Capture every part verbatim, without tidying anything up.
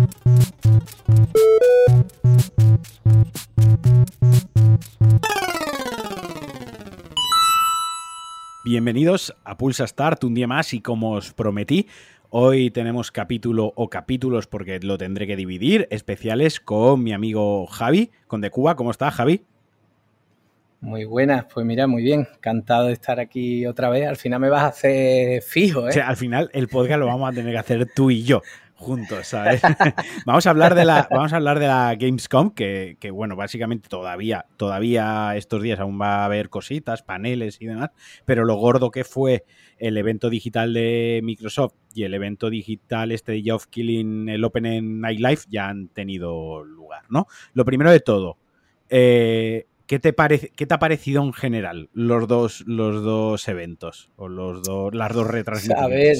Bienvenidos a Pulsa Start, un día más, y como os prometí, hoy tenemos capítulo o capítulos, porque lo tendré que dividir, especiales con mi amigo Javi, con De Cuba. ¿Cómo estás, Javi? Muy buenas, pues mira, muy bien, encantado de estar aquí otra vez. Al final me vas a hacer fijo, ¿eh? O sea, al final el podcast lo vamos a tener que hacer tú y yo juntos, ¿sabes? vamos a hablar de la vamos a hablar de la Gamescom, que, que bueno, básicamente todavía todavía estos días aún va a haber cositas, paneles y demás, pero lo gordo que fue el evento digital de Microsoft y el evento digital este de Geoff Keighley, el Open Night Live, ya han tenido lugar, ¿no? Lo primero de todo, eh, ¿Qué te, parece, ¿Qué te ha parecido en general los dos, los dos eventos o los dos, las dos retransmisiones? A ver,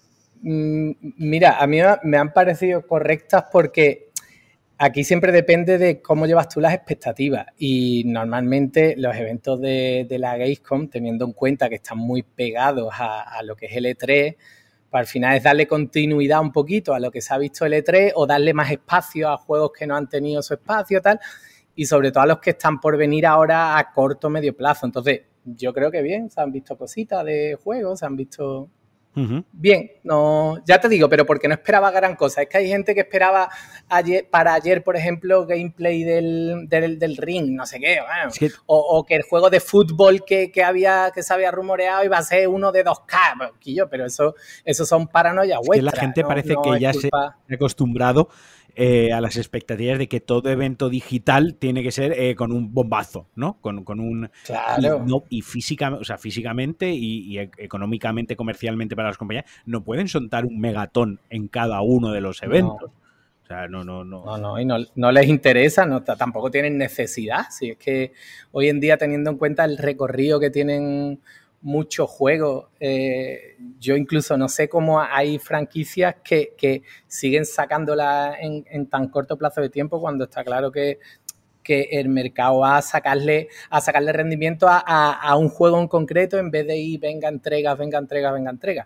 mira, a mí me han parecido correctas porque aquí siempre depende de cómo llevas tú las expectativas, y normalmente los eventos de, de la Gamescom, teniendo en cuenta que están muy pegados a, a lo que es el E tres, pues al final es darle continuidad un poquito a lo que se ha visto el E tres o darle más espacio a juegos que no han tenido su espacio, tal, y sobre todo a los que están por venir ahora a corto o medio plazo. Entonces, yo creo que bien, se han visto cositas de juegos, se han visto uh-huh. bien, no, ya te digo, pero porque no esperaba gran cosa. Es que hay gente que esperaba ayer, para ayer, por ejemplo, gameplay del, del, del Ring, no sé qué, bueno, es que... o, o que el juego de fútbol que, que, había, que se había rumoreado iba a ser uno de dos K, pero eso, eso son paranoias vuestras. Es que la gente no, parece no que ya culpa... se ha acostumbrado Eh, a las expectativas de que todo evento digital tiene que ser eh, con un bombazo, ¿no? Con, con un... Claro. Y, no, y física, o sea, físicamente y, y económicamente, comercialmente para las compañías, no pueden soltar un megatón en cada uno de los eventos. No. O sea, no, no, no. No, no, y no, no les interesa, no, tampoco tienen necesidad. Si es que hoy en día, teniendo en cuenta el recorrido que tienen muchos juegos, eh, yo incluso no sé cómo hay franquicias que, que siguen sacándola en, en tan corto plazo de tiempo, cuando está claro que, que el mercado va a sacarle, a sacarle rendimiento a, a, a un juego en concreto, en vez de ir, venga entregas, venga entregas, venga entregas.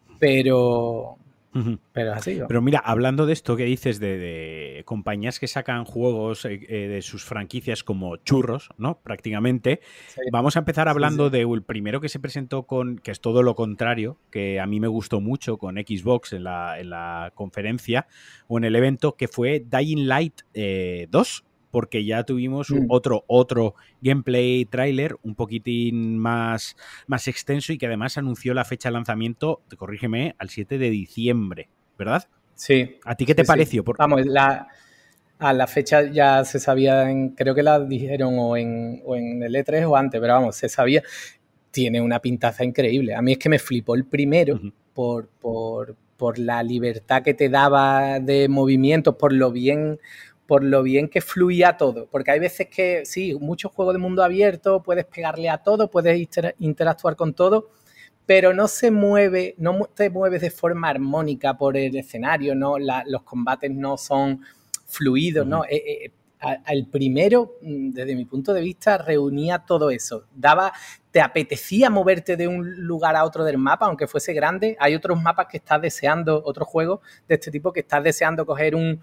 Pero... Pero así, ¿no? Pero mira, hablando de esto que dices de, de compañías que sacan juegos eh, de sus franquicias como churros, ¿no? Prácticamente. Sí. Vamos a empezar hablando sí, sí. del primero que se presentó con, que es todo lo contrario, que a mí me gustó mucho con Xbox en la, en la conferencia o en el evento, que fue Dying Light eh, dos. Porque ya tuvimos mm. otro, otro gameplay trailer un poquitín más, más extenso, y que además anunció la fecha de lanzamiento, corrígeme, al siete de diciembre, ¿verdad? Sí. ¿A ti qué te sí, pareció? Sí. Por... Vamos, la, a la fecha ya se sabía, en, creo que la dijeron o en, o en el E tres o antes, pero vamos, se sabía. Tiene una pintaza increíble. A mí es que me flipó el primero uh-huh. por, por, por la libertad que te daba de movimientos, por lo bien... por lo bien que fluía todo, porque hay veces que, sí, muchos juegos de mundo abierto, puedes pegarle a todo, puedes inter- interactuar con todo, pero no se mueve, no te mueves de forma armónica por el escenario, ¿no? La, los combates no son fluidos, uh-huh. ¿no? Eh, eh, el primero, desde mi punto de vista, reunía todo eso, daba, te apetecía moverte de un lugar a otro del mapa, aunque fuese grande. Hay otros mapas que estás deseando, otros juegos de este tipo que estás deseando coger un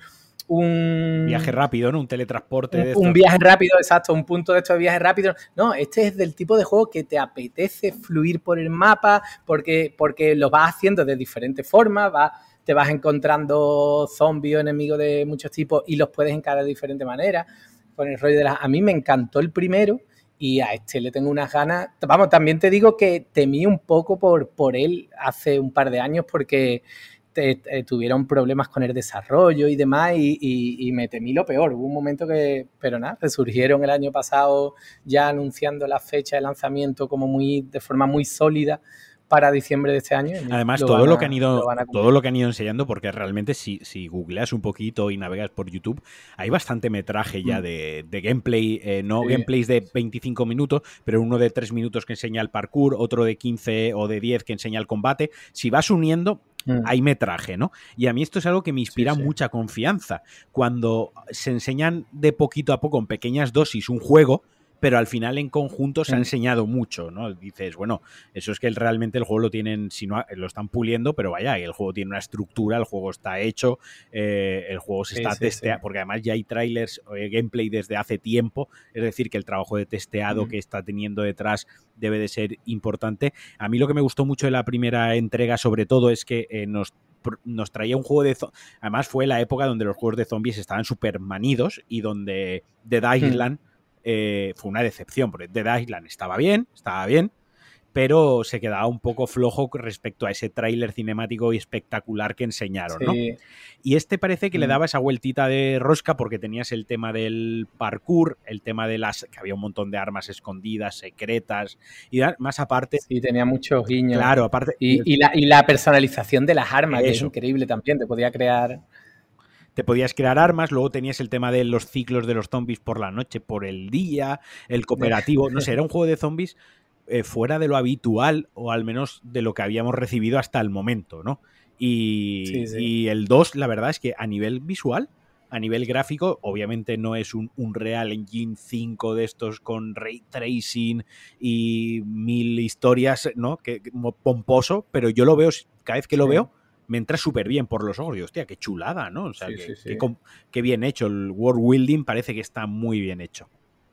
un viaje rápido, ¿no? Un teletransporte. Un, de estos. un viaje rápido, exacto, un punto de estos de viaje rápido. No, este es del tipo de juego que te apetece fluir por el mapa, porque, porque lo vas haciendo de diferentes formas, vas, te vas encontrando zombies o enemigos de muchos tipos y los puedes encarar de diferentes maneras. Con el rollo de las... A mí me encantó el primero y a este le tengo unas ganas. Vamos, también te digo que temí un poco por, por él hace un par de años, porque Te, te, tuvieron problemas con el desarrollo y demás, y, y, y me temí lo peor. Hubo un momento que, pero nada, resurgieron el año pasado ya anunciando la fecha de lanzamiento como muy, de forma muy sólida para diciembre de este año. Además, lo todo, a, lo que han ido, lo todo lo que han ido enseñando, porque realmente si, si googleas un poquito y navegas por YouTube, hay bastante metraje ya mm. de, de gameplay, eh, no sí. gameplays de veinticinco minutos, pero uno de tres minutos que enseña el parkour, otro de quince o de diez que enseña el combate. Si vas uniendo, mm. hay metraje, ¿no? Y a mí esto es algo que me inspira sí, sí. mucha confianza. Cuando se enseñan de poquito a poco, en pequeñas dosis, un juego, pero al final en conjunto se ha Mm. enseñado mucho, ¿no? Dices, bueno, eso es que el- realmente el juego lo tienen, si no, lo están puliendo, pero vaya, el juego tiene una estructura, el juego está hecho, eh, el juego se Sí, está sí, sí. testeando, porque además ya hay trailers, eh, gameplay desde hace tiempo, es decir, que el trabajo de testeado Mm. que está teniendo detrás debe de ser importante. A mí lo que me gustó mucho de la primera entrega, sobre todo, es que eh, nos nos traía un juego de... Además fue la época donde los juegos de zombies estaban súper manidos y donde Dead Island Mm. eh, fue una decepción, porque Dead Island estaba bien, estaba bien, pero se quedaba un poco flojo respecto a ese tráiler cinemático y espectacular que enseñaron, Sí. ¿no? Y este parece que Mm. le daba esa vueltita de rosca porque tenías el tema del parkour, el tema de las... que había un montón de armas escondidas, secretas, y más aparte... Sí, tenía muchos guiños. Claro, aparte... Y, y, la, y la personalización de las armas, Eso. que es increíble también, te podía crear... Te podías crear armas, luego tenías el tema de los ciclos de los zombies por la noche, por el día, el cooperativo, no sé, era un juego de zombies eh, fuera de lo habitual o al menos de lo que habíamos recibido hasta el momento, ¿no? Y, Sí, sí. y el dos, la verdad es que a nivel visual, a nivel gráfico, obviamente no es un, un Real Engine cinco de estos con ray tracing y mil historias, ¿no? Que, como pomposo, pero yo lo veo, cada vez que lo Sí. veo, me entra súper bien por los ojos. Y, hostia, qué chulada, ¿no? O sea, Sí, que, sí, sí. que, que bien hecho. El world building parece que está muy bien hecho.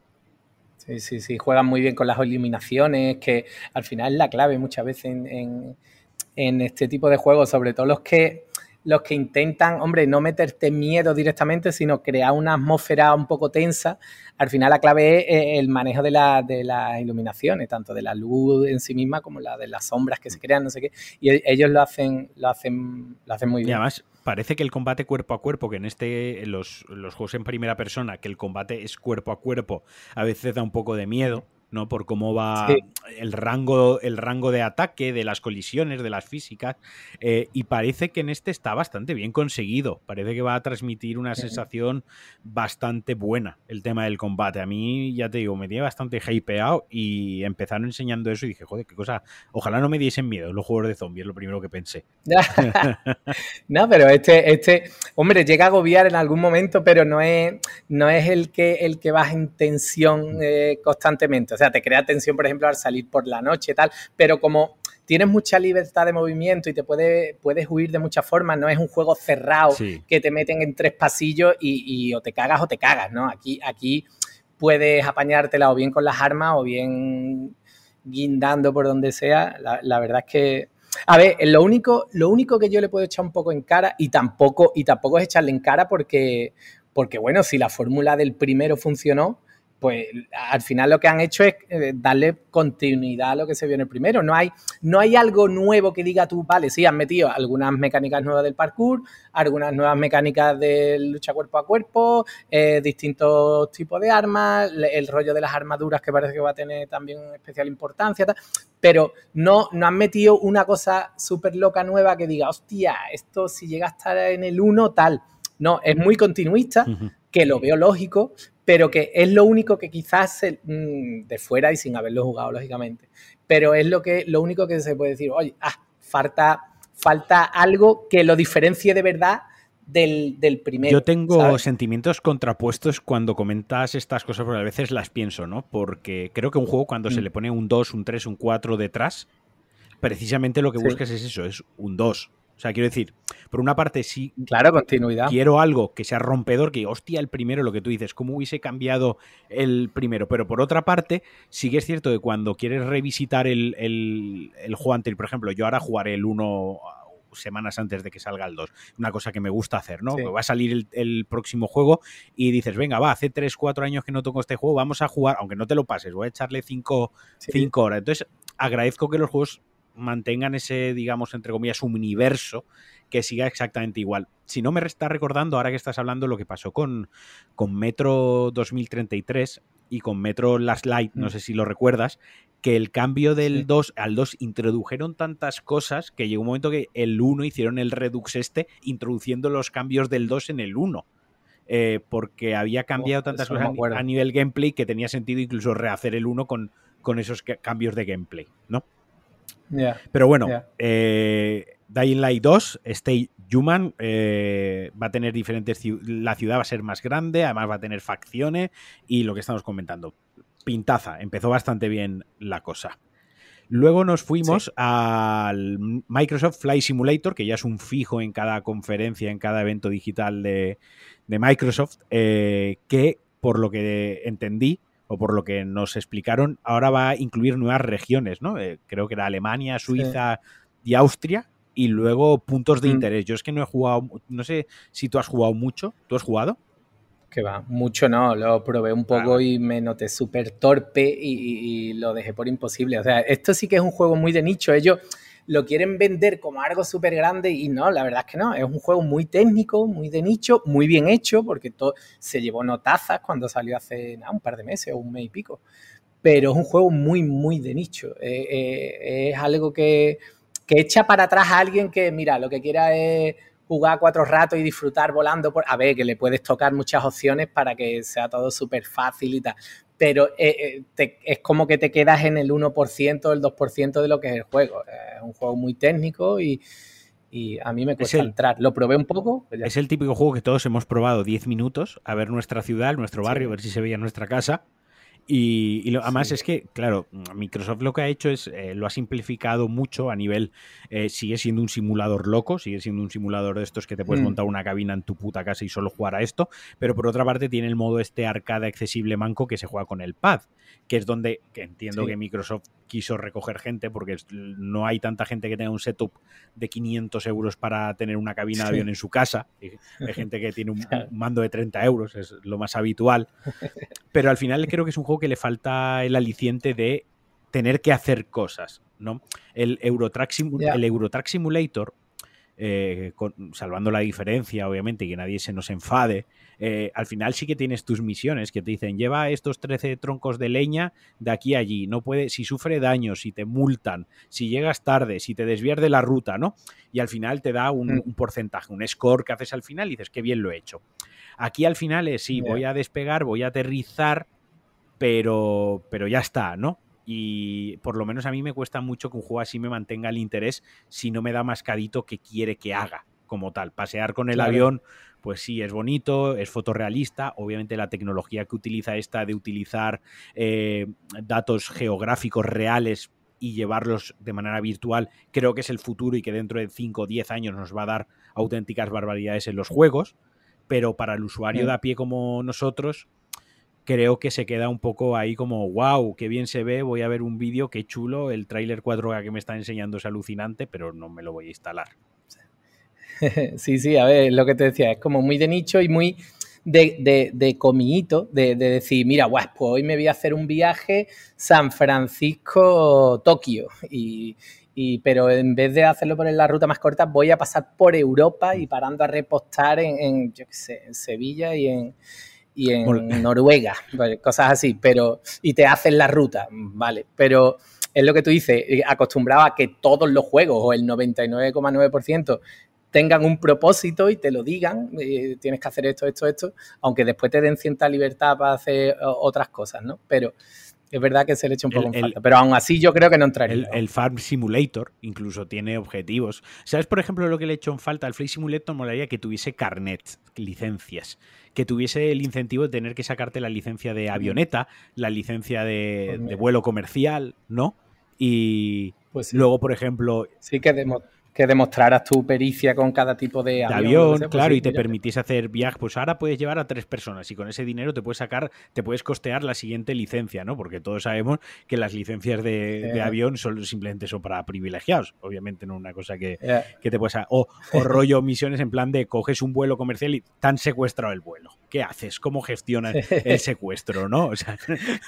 Sí, sí, sí. Juegan muy bien con las iluminaciones, que al final es la clave muchas veces en, en, en este tipo de juegos, sobre todo los que los que intentan, hombre, no meterte miedo directamente, sino crear una atmósfera un poco tensa. Al final la clave es el manejo de, la, de las iluminaciones, tanto de la luz en sí misma como la de las sombras que se crean, no sé qué. Y ellos lo hacen, lo hacen, lo hacen muy bien. Y además parece que el combate cuerpo a cuerpo, que en este, en los, los juegos en primera persona, que el combate es cuerpo a cuerpo, a veces da un poco de miedo, ¿no? Por cómo va sí. el rango, el rango de ataque, de las colisiones, de las físicas, eh, y parece que en este está bastante bien conseguido. Parece que va a transmitir una sensación bastante buena el tema del combate. A mí, ya te digo, me tiene bastante hypeado y empezaron enseñando eso y dije, joder, qué cosa. Ojalá no me diesen miedo los juegos de zombies, es lo primero que pensé. No, pero este, este, hombre, llega a agobiar en algún momento, pero no es, no es el que el que vas en tensión eh, constantemente. O sea, te crea tensión, por ejemplo, al salir por la noche y tal, pero como tienes mucha libertad de movimiento y te puede, puedes huir de muchas formas, no es un juego cerrado sí. que te meten en tres pasillos y, y o te cagas o te cagas, ¿no? Aquí, aquí puedes apañártela o bien con las armas o bien guindando por donde sea. La, la verdad es que a ver, lo único, lo único que yo le puedo echar un poco en cara, y tampoco, y tampoco es echarle en cara porque, porque bueno, si la fórmula del primero funcionó, pues al final lo que han hecho es darle continuidad a lo que se vio en el primero. No hay, no hay algo nuevo que diga tú, vale, sí, han metido algunas mecánicas nuevas del parkour, algunas nuevas mecánicas de lucha cuerpo a cuerpo, eh, distintos tipos de armas, el rollo de las armaduras que parece que va a tener también especial importancia, tal, pero no, no han metido una cosa súper loca nueva que diga, hostia, esto si llega a estar en el uno, tal. No, es muy continuista, uh-huh. que lo veo lógico, pero que es lo único que quizás se, mmm, de fuera y sin haberlo jugado, lógicamente, pero es lo, que, lo único que se puede decir, oye, ah, falta, falta algo que lo diferencie de verdad del, del primero. Yo tengo ¿sabes? sentimientos contrapuestos cuando comentas estas cosas, porque a veces las pienso, ¿no? Porque creo que un juego cuando mm. se le pone un dos, un tres, un cuatro detrás, precisamente lo que sí. buscas es eso, es un dos. O sea, quiero decir, por una parte sí, claro, continuidad. Quiero algo que sea rompedor, que hostia, el primero, lo que tú dices, ¿cómo hubiese cambiado el primero? Pero por otra parte, sí que es cierto que cuando quieres revisitar el, el, el juego anterior, por ejemplo, yo ahora jugaré el uno semanas antes de que salga el dos, una cosa que me gusta hacer, ¿no? Sí. Va a salir el, el próximo juego y dices, venga, va, hace tres, cuatro años que no toco este juego, vamos a jugar, aunque no te lo pases, voy a echarle cinco sí. horas. Entonces, agradezco que los juegos mantengan ese, digamos, entre comillas, universo que siga exactamente igual. Si no me está recordando, ahora que estás hablando, lo que pasó con, con Metro dos mil treinta y tres y con Metro Last Light, no sé si lo recuerdas, que el cambio del sí. dos al dos introdujeron tantas cosas que llegó un momento que el uno hicieron el Redux este, introduciendo los cambios del dos en el uno. Eh, porque había cambiado oh, tantas cosas no a, a nivel gameplay que tenía sentido incluso rehacer el uno con, con esos cambios de gameplay, ¿no? Yeah, Pero bueno, yeah. eh, Dying Light dos, Stay Human, eh, va a tener diferentes... La ciudad va a ser más grande, además va a tener facciones y lo que estamos comentando. pintaza, empezó bastante bien la cosa. Luego nos fuimos sí. al Microsoft Flight Simulator, que ya es un fijo en cada conferencia, en cada evento digital de, de Microsoft, eh, que por lo que entendí, o por lo que nos explicaron, ahora va a incluir nuevas regiones, ¿no? Eh, creo que era Alemania, Suiza sí. y Austria, y luego puntos de mm. interés. Yo es que no he jugado, no sé si tú has jugado mucho. ¿Tú has jugado? Que va, mucho no, lo probé un poco ah, y me noté súper torpe y, y, y lo dejé por imposible. O sea, esto sí que es un juego muy de nicho. Ellos lo quieren vender como algo súper grande y no, la verdad es que no. Es un juego muy técnico, muy de nicho, muy bien hecho, porque todo, se llevó notazas cuando salió hace nada, un par de meses o un mes y pico. Pero es un juego muy, muy de nicho. Eh, eh, es algo que, que echa para atrás a alguien que, mira, lo que quiera es jugar cuatro ratos y disfrutar volando. Por... A ver, que le puedes tocar muchas opciones para que sea todo súper fácil y tal. Pero eh, eh, te, es como que te quedas en el uno por ciento, el dos por ciento de lo que es el juego. Es un juego muy técnico y, y a mí me cuesta el, entrar. Lo probé un poco. Pues ya. Es el típico juego que todos hemos probado diez minutos a ver nuestra ciudad, nuestro barrio, sí. a ver si se veía nuestra casa. Y, y lo, además sí. es que, claro, Microsoft lo que ha hecho es, eh, lo ha simplificado mucho a nivel, eh, sigue siendo un simulador loco, sigue siendo un simulador de estos que te puedes mm. montar una cabina en tu puta casa y solo jugar a esto, pero por otra parte tiene el modo este arcade accesible manco que se juega con el pad, que es donde, que entiendo sí. que Microsoft quiso recoger gente porque no hay tanta gente que tenga un setup de quinientos euros para tener una cabina de avión en su casa. Hay gente que tiene un mando de treinta euros, es lo más habitual. Pero al final creo que es un juego que le falta el aliciente de tener que hacer cosas, ¿no? El Eurotrack, Simu- yeah. el Eurotrack Simulator, eh, con, salvando la diferencia, obviamente, y que nadie se nos enfade, eh, al final sí que tienes tus misiones que te dicen, lleva estos trece troncos de leña de aquí a allí, no puede, si sufre daño, si te multan, si llegas tarde, si te desvías de la ruta, ¿no? Y al final te da un, mm. un porcentaje, un score que haces al final y dices, qué bien lo he hecho. Aquí al final es, sí, yeah. voy a despegar, voy a aterrizar, pero, pero ya está, ¿no? Y por lo menos a mí me cuesta mucho que un juego así me mantenga el interés si no me da mascadito que quiere que haga como tal. Pasear con el claro. avión, pues sí, es bonito, es fotorrealista. Obviamente la tecnología que utiliza esta de utilizar eh, datos geográficos reales y llevarlos de manera virtual, creo que es el futuro y que dentro de cinco o diez años nos va a dar auténticas barbaridades en los juegos. Pero para el usuario sí. de a pie como nosotros, creo que se queda un poco ahí como, wow, qué bien se ve, voy a ver un vídeo, qué chulo, el tráiler cuatro K que me está enseñando es alucinante, pero no me lo voy a instalar. Sí, sí, a ver, lo que te decía, es como muy de nicho y muy de, de, de comillito, de, de decir, mira, pues hoy me voy a hacer un viaje San Francisco-Tokio y... Y, pero en vez de hacerlo por la ruta más corta, voy a pasar por Europa y parando a repostar en, en yo qué sé, en Sevilla y en, y en bueno. Noruega, cosas así, pero y te hacen la ruta, vale, pero es lo que tú dices, acostumbrado a que todos los juegos o el noventa y nueve coma nueve por ciento tengan un propósito y te lo digan, eh, tienes que hacer esto, esto, esto, aunque después te den cierta libertad para hacer otras cosas, ¿no? Pero es verdad que se le echa un poco el, en falta, el, pero aún así yo creo que no entraría. El, el Farm Simulator incluso tiene objetivos. ¿Sabes, por ejemplo, lo que le he hecho en falta? Al Flight Simulator molaría que tuviese carnet, licencias, que tuviese el incentivo de tener que sacarte la licencia de avioneta, la licencia de, pues de vuelo comercial, ¿no? Y pues sí. luego, por ejemplo... Sí que demo- que demostraras tu pericia con cada tipo de, de avión. avión, sé, pues claro, sí, y te mira. permitís hacer viajes. Pues ahora puedes llevar a tres personas y con ese dinero te puedes sacar, te puedes costear la siguiente licencia, ¿no? Porque todos sabemos que las licencias de, yeah. de avión son, simplemente son para privilegiados. Obviamente no una cosa que, yeah. que te puedes... O, o rollo misiones en plan de coges un vuelo comercial y te han secuestrado el vuelo. ¿Qué haces? ¿Cómo gestionas el secuestro, no? O sea...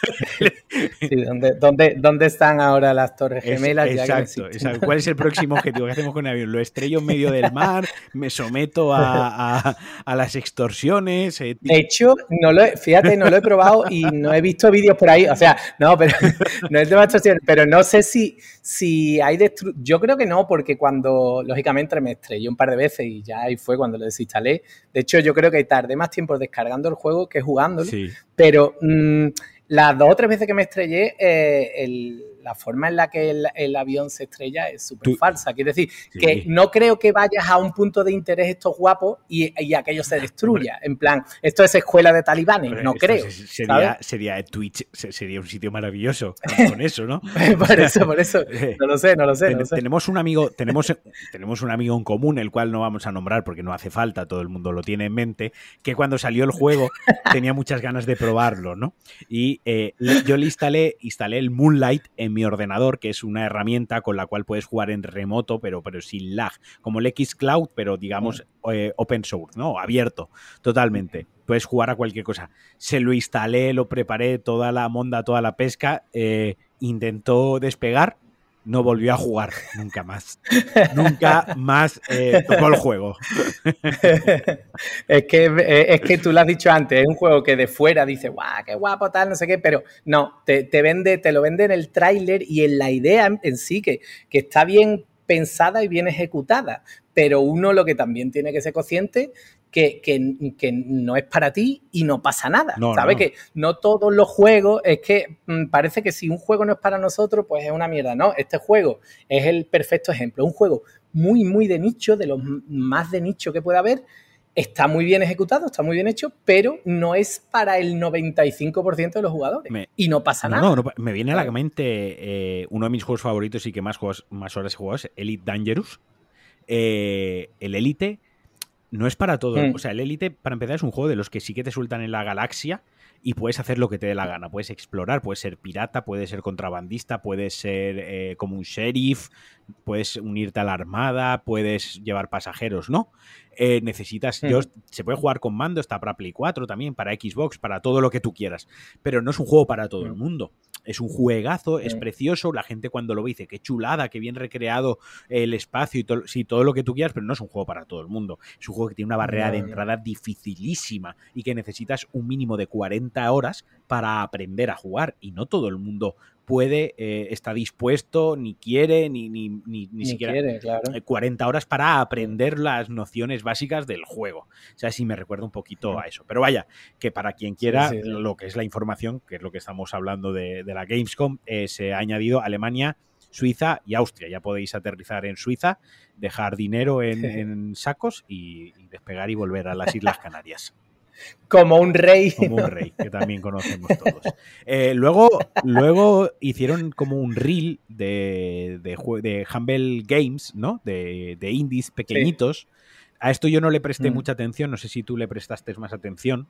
sí, ¿dónde, dónde, ¿dónde están ahora las Torres Gemelas? Es, ya exacto, que exacto. ¿Cuál es el próximo objetivo? ¿Qué hacemos con el avión? ¿Lo estrello en medio del mar? ¿Me someto a, a, a las extorsiones? Eh, de hecho, no lo he, fíjate, no lo he probado y no he visto vídeos por ahí. O sea, no, pero no es de extorsión, pero no sé si, si hay destru- yo creo que no, porque cuando, lógicamente, me estrellé un par de veces y ya ahí fue cuando lo desinstalé. De hecho, yo creo que tardé más tiempo descargando el juego que jugándolo. Sí. Pero mmm, las dos o tres veces que me estrellé, eh, el la forma en la que el, el avión se estrella es súper Tú- falsa. Quiero decir, Sí. que no creo que vayas a un punto de interés estos guapos y, y aquello se destruya. En plan, esto es escuela de talibanes, no Esto creo. se- sería, ¿sabes? sería Twitch, se- sería un sitio maravilloso con, con eso, ¿no? Por eso, por eso. Eh, No lo sé, no lo sé, no ten- lo sé. tenemos un amigo, tenemos, tenemos un amigo en común, el cual no vamos a nombrar porque no hace falta, todo el mundo lo tiene en mente, que cuando salió el juego tenía muchas ganas de probarlo, ¿no? Y eh, le- yo le instalé, instalé el Moonlight en mi ordenador, que es una herramienta con la cual puedes jugar en remoto, pero, pero sin lag, como el xCloud, pero digamos eh, open source, ¿no? Abierto, totalmente. Puedes jugar a cualquier cosa. Se lo instalé, lo preparé, toda la monda, toda la pesca, eh, intentó despegar, no volvió a jugar nunca más. Nunca más eh, tocó el juego. Es que, eh, es que tú lo has dicho antes, es un juego que de fuera dice, guau, qué guapo, tal, no sé qué, pero no, te, te vende, te lo vende en el tráiler y en la idea en, en sí, que, que está bien pensada y bien ejecutada, pero uno lo que también tiene que ser consciente que, que, que no es para ti y no pasa nada, No, ¿sabes? no. Que no todos los juegos, es que mm, parece que si un juego no es para nosotros, pues es una mierda, ¿no? Este juego es el perfecto ejemplo, un juego muy, muy de nicho, de los más de nicho que pueda haber. Está muy bien ejecutado, está muy bien hecho, pero no es para el noventa y cinco por ciento de los jugadores. Me, y no pasa no, nada. No, no, me viene a la ¿sabes? mente eh, uno de mis juegos favoritos y que más, juegos, más horas he jugado es Elite Dangerous. Eh, el Elite no es para todo. Mm. O sea, el Elite, para empezar, es un juego de los que sí que te sueltan en la galaxia y puedes hacer lo que te dé la gana. Puedes explorar, puedes ser pirata, puedes ser contrabandista, puedes ser eh, como un sheriff, puedes unirte a la armada, puedes llevar pasajeros, ¿no? Eh, necesitas... Mm. Yo, se puede jugar con mando, está para Play cuatro también, para Xbox, para todo lo que tú quieras. Pero no es un juego para todo Mm. el mundo. Es un juegazo, es Mm. precioso, la gente cuando lo ve dice, qué chulada, qué bien recreado el espacio y todo, sí, todo lo que tú quieras, pero no es un juego para todo el mundo. Es un juego que tiene una barrera No, de no. entrada dificilísima y que necesitas un mínimo de cuarenta horas para aprender a jugar y no todo el mundo puede, eh, está dispuesto, ni quiere, ni, ni, ni, ni, Ni siquiera quiere, claro. cuarenta horas para aprender las nociones básicas del juego. O sea, sí me recuerda un poquito a eso. Pero vaya, que para quien quiera, Sí, sí, sí. lo que es la información, que es lo que estamos hablando de, de la Gamescom, eh, se ha añadido Alemania, Suiza y Austria. Ya podéis aterrizar en Suiza, dejar dinero en, en sacos y, y despegar y volver a las Islas Canarias. Como un rey. Como un rey, que también conocemos todos. Eh, luego, luego hicieron como un reel de, de, de Humble Games, ¿no? De, de indies pequeñitos. Sí. A esto yo no le presté mm. mucha atención, no sé si tú le prestaste más atención.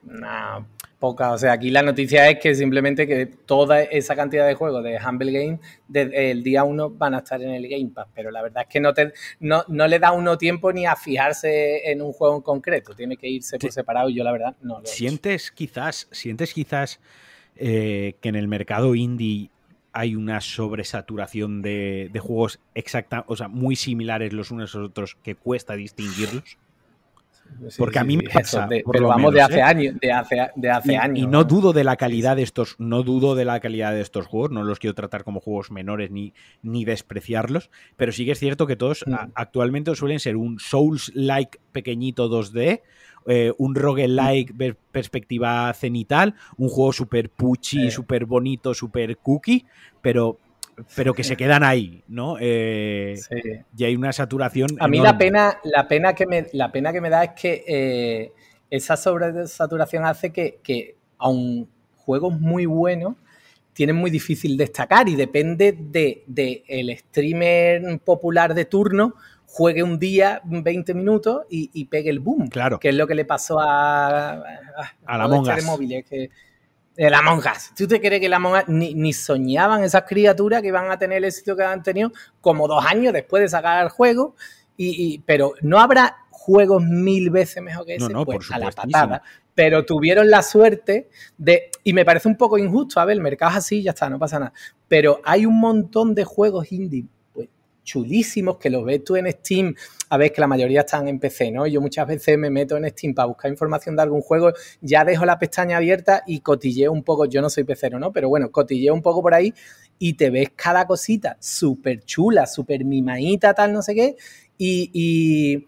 No, poca. O sea, aquí la noticia es que simplemente que toda esa cantidad de juegos de Humble Game desde el día uno van a estar en el Game Pass, pero la verdad es que no, te, no, no le da uno tiempo ni a fijarse en un juego en concreto, tiene que irse por separado y yo la verdad no lo he ¿Sientes hecho. quizás, sientes quizás eh, que en el mercado indie hay una sobresaturación de, de juegos exacta, o sea, muy similares los unos a los otros que cuesta distinguirlos? Sí, Porque sí, a mí sí, me pasa, de, por pero lo vamos menos, de hace ¿eh? años, de hace, de hace y, años. Y no dudo de la calidad sí, de estos, no dudo de la calidad de estos juegos, no los quiero tratar como juegos menores ni, ni despreciarlos, pero sí que es cierto que todos mm. a, actualmente suelen ser un Souls-like pequeñito dos D, eh, un roguelike mm. perspectiva cenital, un juego súper puchi, sí. súper bonito, súper cookie, pero pero que se quedan ahí, ¿no? Eh, sí. Y hay una saturación A mí enorme. la pena, la pena que me, la pena que me da es que eh, esa sobresaturación hace que, que aun juegos muy buenos tienen muy difícil destacar y depende de, de el streamer popular de turno juegue un día veinte minutos y, y pegue el boom. Claro. Que es lo que le pasó a, a, a la Among Us. De móviles, que el Among Us. ¿Tú te crees que el Among Us ni, ni soñaban esas criaturas que iban a tener el éxito que han tenido como dos años después de sacar el juego? Y, y, pero no habrá juegos mil veces mejor que ese, no, no, pues por a la patada. Pero tuvieron la suerte de, y me parece un poco injusto, a ver, el mercado es así, ya está, no pasa nada. Pero hay un montón de juegos indie pues, chulísimos que los ves tú en Steam. A ver, que la mayoría están en P C, ¿no? Yo muchas veces me meto en Steam para buscar información de algún juego, ya dejo la pestaña abierta y cotilleo un poco, yo no soy pecero, ¿no? Pero bueno, cotilleo un poco por ahí y te ves cada cosita súper chula, súper mimadita, tal, no sé qué, y, y,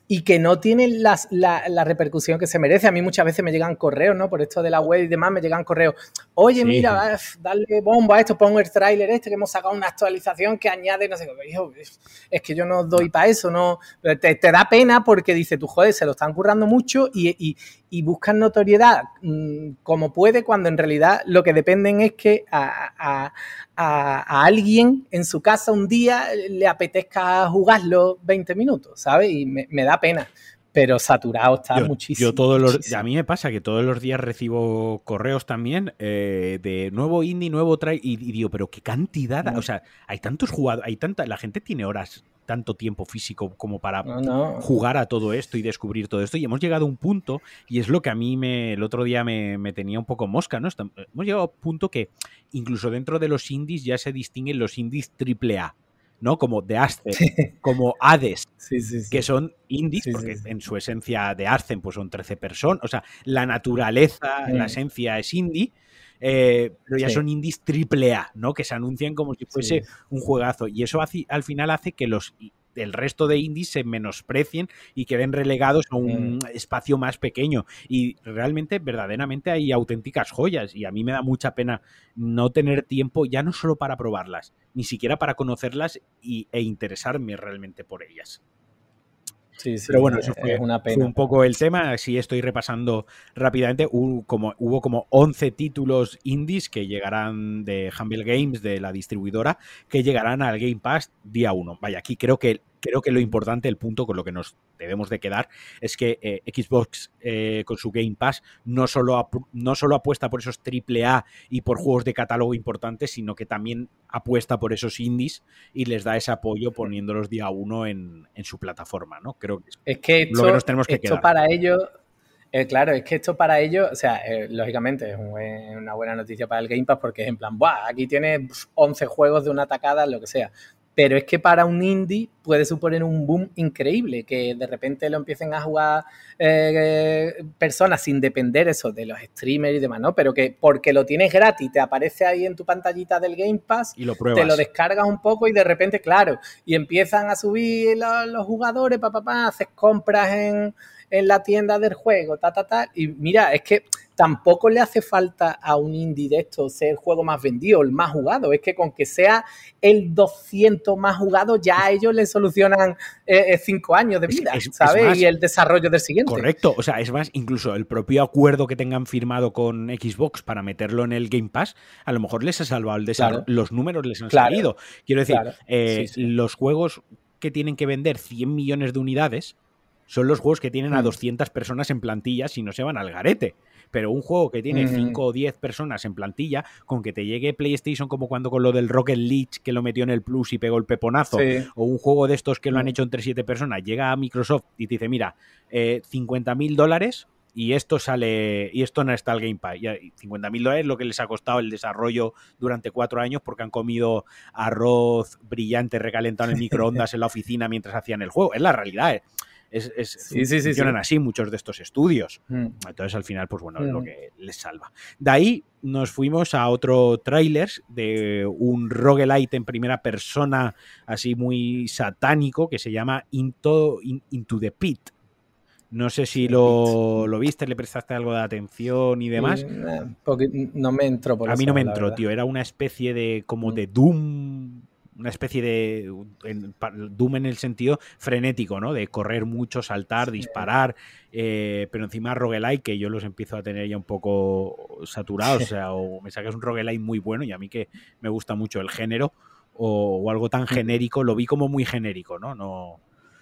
y que no tienen las, la, la repercusión que se merece. A mí muchas veces me llegan correos, ¿no? Por esto de la web y demás, me llegan correos. Oye, sí. mira, dale bomba a esto, pon el tráiler este, que hemos sacado una actualización que añade, no sé qué. Hijo, es que yo no doy para eso, no. Te, te da pena porque dice, tú, joder, se lo están currando mucho y, y, y buscan notoriedad mmm, como puede, cuando en realidad lo que dependen es que a, a, a, a alguien en su casa un día le apetezca jugarlo veinte minutos, ¿sabes? Y me, me da pena, pero saturado está yo, muchísimo. Yo todos los, muchísimo. A mí me pasa que todos los días recibo correos también eh, de nuevo indie, nuevo try y, y digo, pero qué cantidad, no. o sea, hay tantos jugadores, hay tanta, la gente tiene horas, tanto tiempo físico como para no, no. jugar a todo esto y descubrir todo esto, y hemos llegado a un punto, y es lo que a mí me, el otro día me, me tenía un poco mosca, ¿no? Hemos llegado a un punto que incluso dentro de los indies ya se distinguen los indies triple A, ¿no? Como The Ascent, como Hades, sí, sí, sí. que son indies, sí, porque sí, sí. en su esencia de Ascent pues son trece personas, o sea, la naturaleza, mm. la esencia es indie, eh, pero ya sí. son indies triple A, ¿no? Que se anuncian como si fuese sí. un juegazo, y eso hace, al final hace que los el resto de indies se menosprecien y queden relegados a un mm. espacio más pequeño, y realmente, verdaderamente hay auténticas joyas, y a mí me da mucha pena no tener tiempo ya no solo para probarlas, ni siquiera para conocerlas y, e interesarme realmente por ellas. Sí, sí, pero bueno, eso fue, es una pena. fue un poco el tema. Así estoy repasando rápidamente. Hubo como, hubo como once títulos indies que llegarán de Humble Games, de la distribuidora, que llegarán al Game Pass día uno. Vaya, aquí creo que Creo que lo importante, el punto con lo que nos debemos de quedar, es que eh, Xbox eh, con su Game Pass no solo, no solo apuesta por esos triple A y por juegos de catálogo importantes, sino que también apuesta por esos indies y les da ese apoyo poniéndolos día uno en, en su plataforma, ¿no? Creo que es, es que esto, lo que nos tenemos que esto quedar. para ellos, eh, claro, es que esto para ellos, o sea, eh, lógicamente es un buen, una buena noticia para el Game Pass porque es en plan, ¡buah! Aquí tienes once juegos de una tacada, lo que sea. Pero es que para un indie puede suponer un boom increíble, que de repente lo empiecen a jugar eh, personas sin depender eso de los streamers y demás, ¿no? Pero que porque lo tienes gratis, te aparece ahí en tu pantallita del Game Pass, y lo pruebas. Te lo descargas un poco y de repente, claro, y empiezan a subir los, los jugadores, pa, pa, pa, haces compras en, en la tienda del juego, ta, ta, ta, y mira, es que tampoco le hace falta a un indie de esto ser el juego más vendido, el más jugado. Es que con que sea el doscientos más jugado, ya a ellos les solucionan eh, cinco años de vida, es, es, ¿sabes? Es más, y el desarrollo del siguiente. Correcto. O sea, es más, incluso el propio acuerdo que tengan firmado con Xbox para meterlo en el Game Pass, a lo mejor les ha salvado el desarrollo. Claro. Los números les han claro. salido. Quiero decir, claro. eh, sí, sí. los juegos que tienen que vender cien millones de unidades son los juegos que tienen a doscientas personas en plantilla si no se van al garete. Pero un juego que tiene cinco mm. o diez personas en plantilla, con que te llegue PlayStation, como cuando con lo del Rocket League, que lo metió en el Plus y pegó el peponazo, sí. o un juego de estos que lo han hecho entre siete personas, llega a Microsoft y te dice, mira, eh, cincuenta mil dólares y esto sale, y esto no está al Game Pass. Y cincuenta mil dólares es lo que les ha costado el desarrollo durante cuatro años porque han comido arroz brillante recalentado en el microondas en la oficina mientras hacían el juego. Es la realidad, ¿eh? Es, es, sí, sí, funcionan sí, sí. así muchos de estos estudios. Mm. Entonces, al final, pues bueno, mm. es lo que les salva. De ahí nos fuimos a otro tráiler de un roguelite en primera persona, así muy satánico, que se llama Into, in, Into the Pit. No sé si lo, lo viste, le prestaste algo de atención y demás. Sí, porque no me entró por A mí no me entró, tío. Era una especie de como mm. de Doom... una especie de en, Doom en el sentido frenético, ¿no? De correr mucho, saltar, sí. disparar, eh, pero encima roguelike, que yo los empiezo a tener ya un poco saturados, o sea, o me sacas un roguelike muy bueno, y a mí que me gusta mucho el género, o, o algo tan genérico, lo vi como muy genérico, ¿no? No...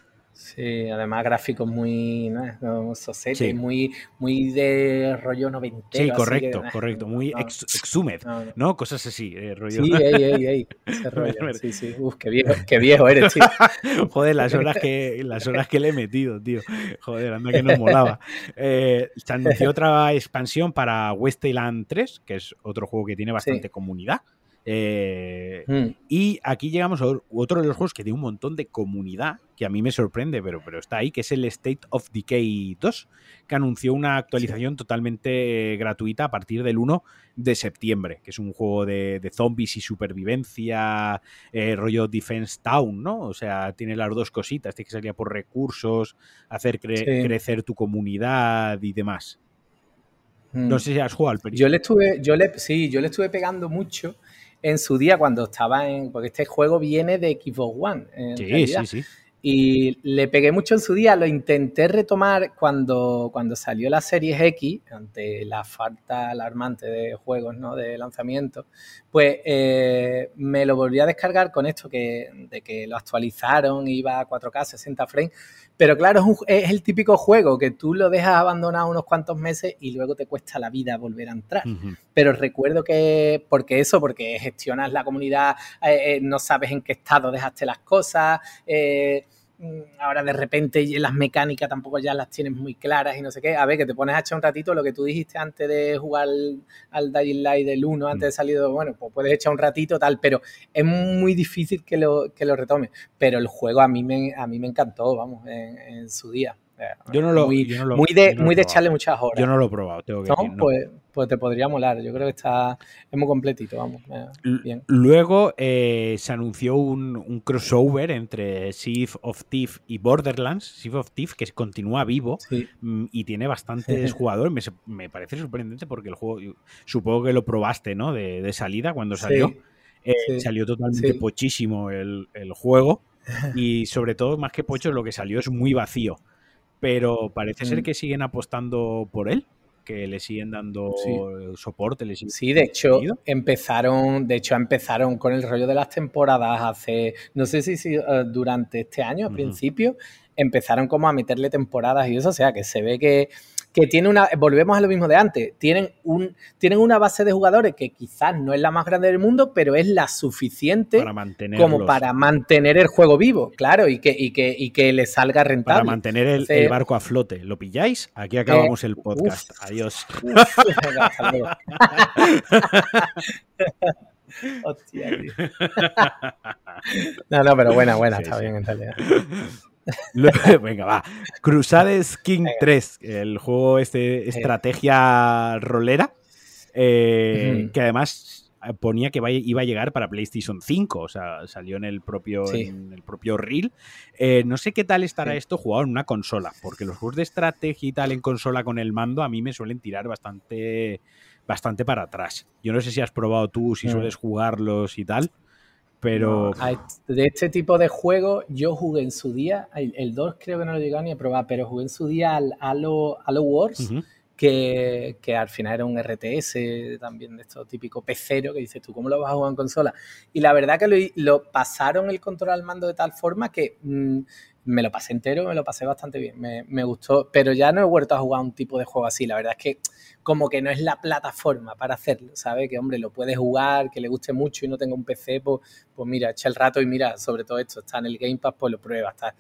Sí, además gráficos muy, ¿no? Sosete, sí. muy, muy de rollo noventero. Sí, correcto, que, correcto, muy no, ex, exhumed, no, no. ¿no? Cosas así, eh, rollo. Sí, ey, ey, ey, ese rollo, sí, sí, uf, qué viejo, qué viejo eres, tío. Joder, las horas que, las horas que le he metido, tío, joder, anda que no molaba. Eh, se anunció otra expansión para Wasteland tres, que es otro juego que tiene bastante sí. comunidad. Eh, Mm. Y aquí llegamos a otro de los juegos que tiene un montón de comunidad, que a mí me sorprende, pero, pero está ahí, que es el State of Decay dos, que anunció una actualización sí. totalmente gratuita a partir del uno de septiembre, que es un juego de, de zombies y supervivencia, eh, rollo Defense Town, ¿no? O sea, tiene las dos cositas, tienes que salir por recursos, hacer cre sí. crecer tu comunidad y demás. Mm. No sé si has jugado al Yo le estuve, yo le, sí, yo le estuve pegando mucho en su día cuando estaba en... Porque este juego viene de Xbox One, en sí, realidad. Sí, sí, Y le pegué mucho en su día, lo intenté retomar cuando, cuando salió la Series X, ante la falta alarmante de juegos, ¿no? De lanzamiento, pues eh, me lo volví a descargar con esto que, de que lo actualizaron, iba a cuatro K, sesenta frames, pero claro, es, un, es el típico juego que tú lo dejas abandonado unos cuantos meses y luego te cuesta la vida volver a entrar. Uh-huh. Pero recuerdo que, porque eso, porque gestionas la comunidad, eh, eh, no sabes en qué estado dejaste las cosas, eh, ahora de repente las mecánicas tampoco ya las tienes muy claras y no sé qué. A ver, que te pones a echar un ratito lo que tú dijiste antes de jugar al, al Dying Light del uno, antes de salir, bueno, pues puedes echar un ratito tal, pero es muy difícil que lo, que lo retomes. Pero el juego a mí me, a mí me encantó, vamos, en, en su día. Yo no lo, muy, yo no lo, muy de, yo no muy lo de echarle muchas horas. Yo no lo he probado, tengo que ¿No? decir. No. Pues, pues te podría molar. Yo creo que está es muy completito, vamos. Bien. Luego eh, se anunció un, un crossover entre Sea of Thieves y Borderlands. Sea of Thieves, que continúa vivo sí. y tiene bastantes jugadores. Me, me parece sorprendente porque el juego, supongo que lo probaste, ¿no? De, de salida cuando salió. Sí. Eh, sí. Salió totalmente sí. pochísimo el, el juego. Y sobre todo, más que pocho, lo que salió es muy vacío. Pero parece mm. ser que siguen apostando por él, que le siguen dando sí. soporte. Le siguen sí, de hecho, contenido. empezaron de hecho empezaron con el rollo de las temporadas hace, no sé si, si uh, durante este año, a uh-huh. principio, empezaron como a meterle temporadas y eso, o sea, que se ve que, que tiene una, volvemos a lo mismo de antes, tienen, un, tienen una base de jugadores que quizás no es la más grande del mundo, pero es la suficiente para como para mantener el juego vivo, claro, y que, y que, y que le salga rentable. Para mantener el, Entonces, el barco a flote. ¿Lo pilláis? Aquí acabamos eh, el podcast. Uf, Adiós. Uf, hasta luego. Hostia, tío. No, no, pero buena, buena, sí, está sí. bien en realidad. Venga, va. Crusades King Venga. tres, el juego este estrategia rolera, eh, uh-huh. que además ponía que iba a llegar para PlayStation cinco, o sea, salió en el propio, sí. en el propio reel. Eh, no sé qué tal estará sí. esto jugado en una consola, porque los juegos de estrategia y tal en consola con el mando a mí me suelen tirar bastante, bastante para atrás. Yo no sé si has probado tú, si uh-huh. sueles jugarlos y tal. Pero... No, de este tipo de juegos yo jugué en su día, el, el dos creo que no lo he llegado ni a probar, pero jugué en su día al Halo, Halo Wars, uh-huh. que, que al final era un R T S también de estos típicos pecero que dices tú, ¿cómo lo vas a jugar en consola? Y la verdad que lo, lo pasaron el control al mando de tal forma que mmm, me lo pasé entero, me lo pasé bastante bien, me, me gustó, pero ya no he vuelto a jugar un tipo de juego así, la verdad es que como que no es la plataforma para hacerlo, ¿sabes? Que, hombre, lo puedes jugar, que le guste mucho y no tenga un P C, pues, pues mira, echa el rato y mira, sobre todo esto, está en el Game Pass, pues lo pruebas, está.